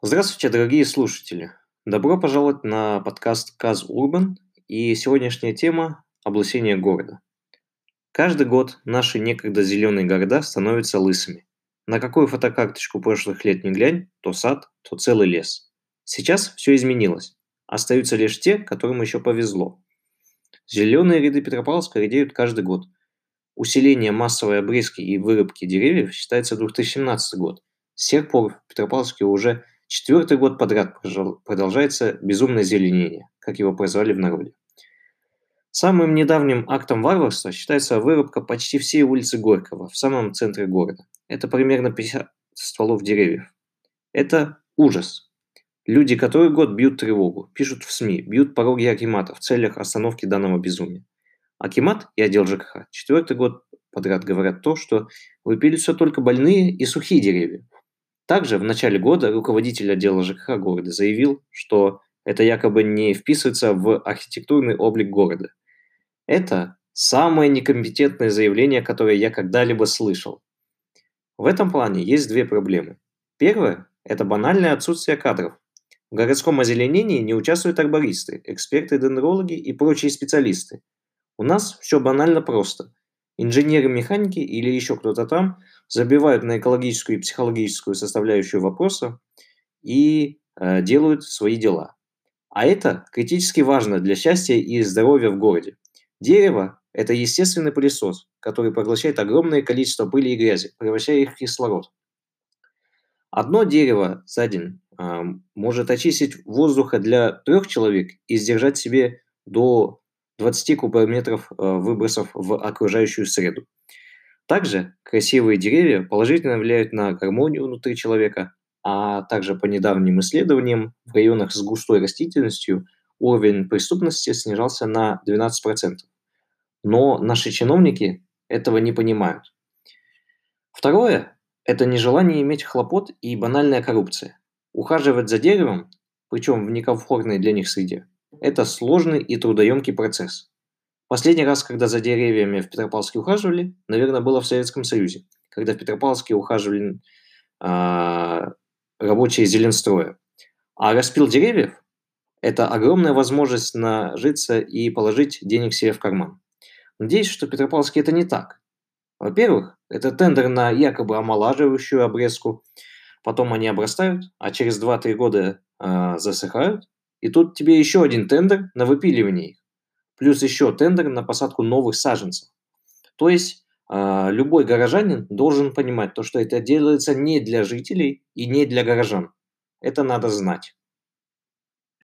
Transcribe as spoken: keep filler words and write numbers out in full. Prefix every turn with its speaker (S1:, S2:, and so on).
S1: Здравствуйте, дорогие слушатели! Добро пожаловать на подкаст Каз Урбан и сегодняшняя тема– облысение города. Каждый год наши некогда зеленые города становятся лысыми. На какую фотокарточку прошлых лет не глянь, то сад, то целый лес. Сейчас все изменилось. Остаются лишь те, которым еще повезло. Зеленые ряды Петропавловска редеют каждый год. Усиление массовой обрезки и вырубки деревьев считается две тысячи семнадцатый год. С тех пор в Петропавловске уже четвертый год подряд прожал- продолжается безумное зеленение, как его прозвали в народе. Самым недавним актом варварства считается вырубка почти всей улицы Горького в самом центре города. Это примерно пятьдесят стволов деревьев. Это ужас. Люди который год бьют тревогу, пишут в СМИ, бьют пороги акимата в целях остановки данного безумия. Акимат и отдел ЖКХ четвертый год подряд говорят то, что выпиливаются только больные и сухие деревья. Также в начале года руководитель отдела ЖКХ города заявил, что это якобы не вписывается в архитектурный облик города. Это самое некомпетентное заявление, которое я когда-либо слышал. В этом плане есть две проблемы. Первое– это банальное отсутствие кадров. В городском озеленении не участвуют арбористы, эксперты-дендрологи и прочие специалисты. У нас все банально просто. Инженеры-механики или еще кто-то там забивают на экологическую и психологическую составляющую вопроса и э, делают свои дела. А это критически важно для счастья и здоровья в городе. Дерево– это естественный пылесос, который поглощает огромное количество пыли и грязи, превращая их в кислород. Одно дерево за день а, может очистить воздуха для трех человек и сдержать себе до двадцати кубометров а, выбросов в окружающую среду. Также красивые деревья положительно влияют на гармонию внутри человека, а также по недавним исследованиям в районах с густой растительностью уровень преступности снижался на двенадцать процентов. Но наши чиновники этого не понимают. Второе– это нежелание иметь хлопот и банальная коррупция. Ухаживать за деревом, причем в некомфортной для них среде, это сложный и трудоемкий процесс. Последний раз, когда за деревьями в Петропавловске ухаживали, наверное, было в Советском Союзе, когда в Петропавловске ухаживали а, рабочие зеленстроя. А распил деревьев– это огромная возможность нажиться и положить денег себе в карман. Надеюсь, что в Петропавловске это не так. Во-первых, это тендер на якобы омолаживающую обрезку, потом они обрастают, а через два-три года а, засыхают, и тут тебе еще один тендер на выпиливание их, плюс еще тендер на посадку новых саженцев. То есть а, любой горожанин должен понимать, то, что это делается не для жителей и не для горожан. Это надо знать.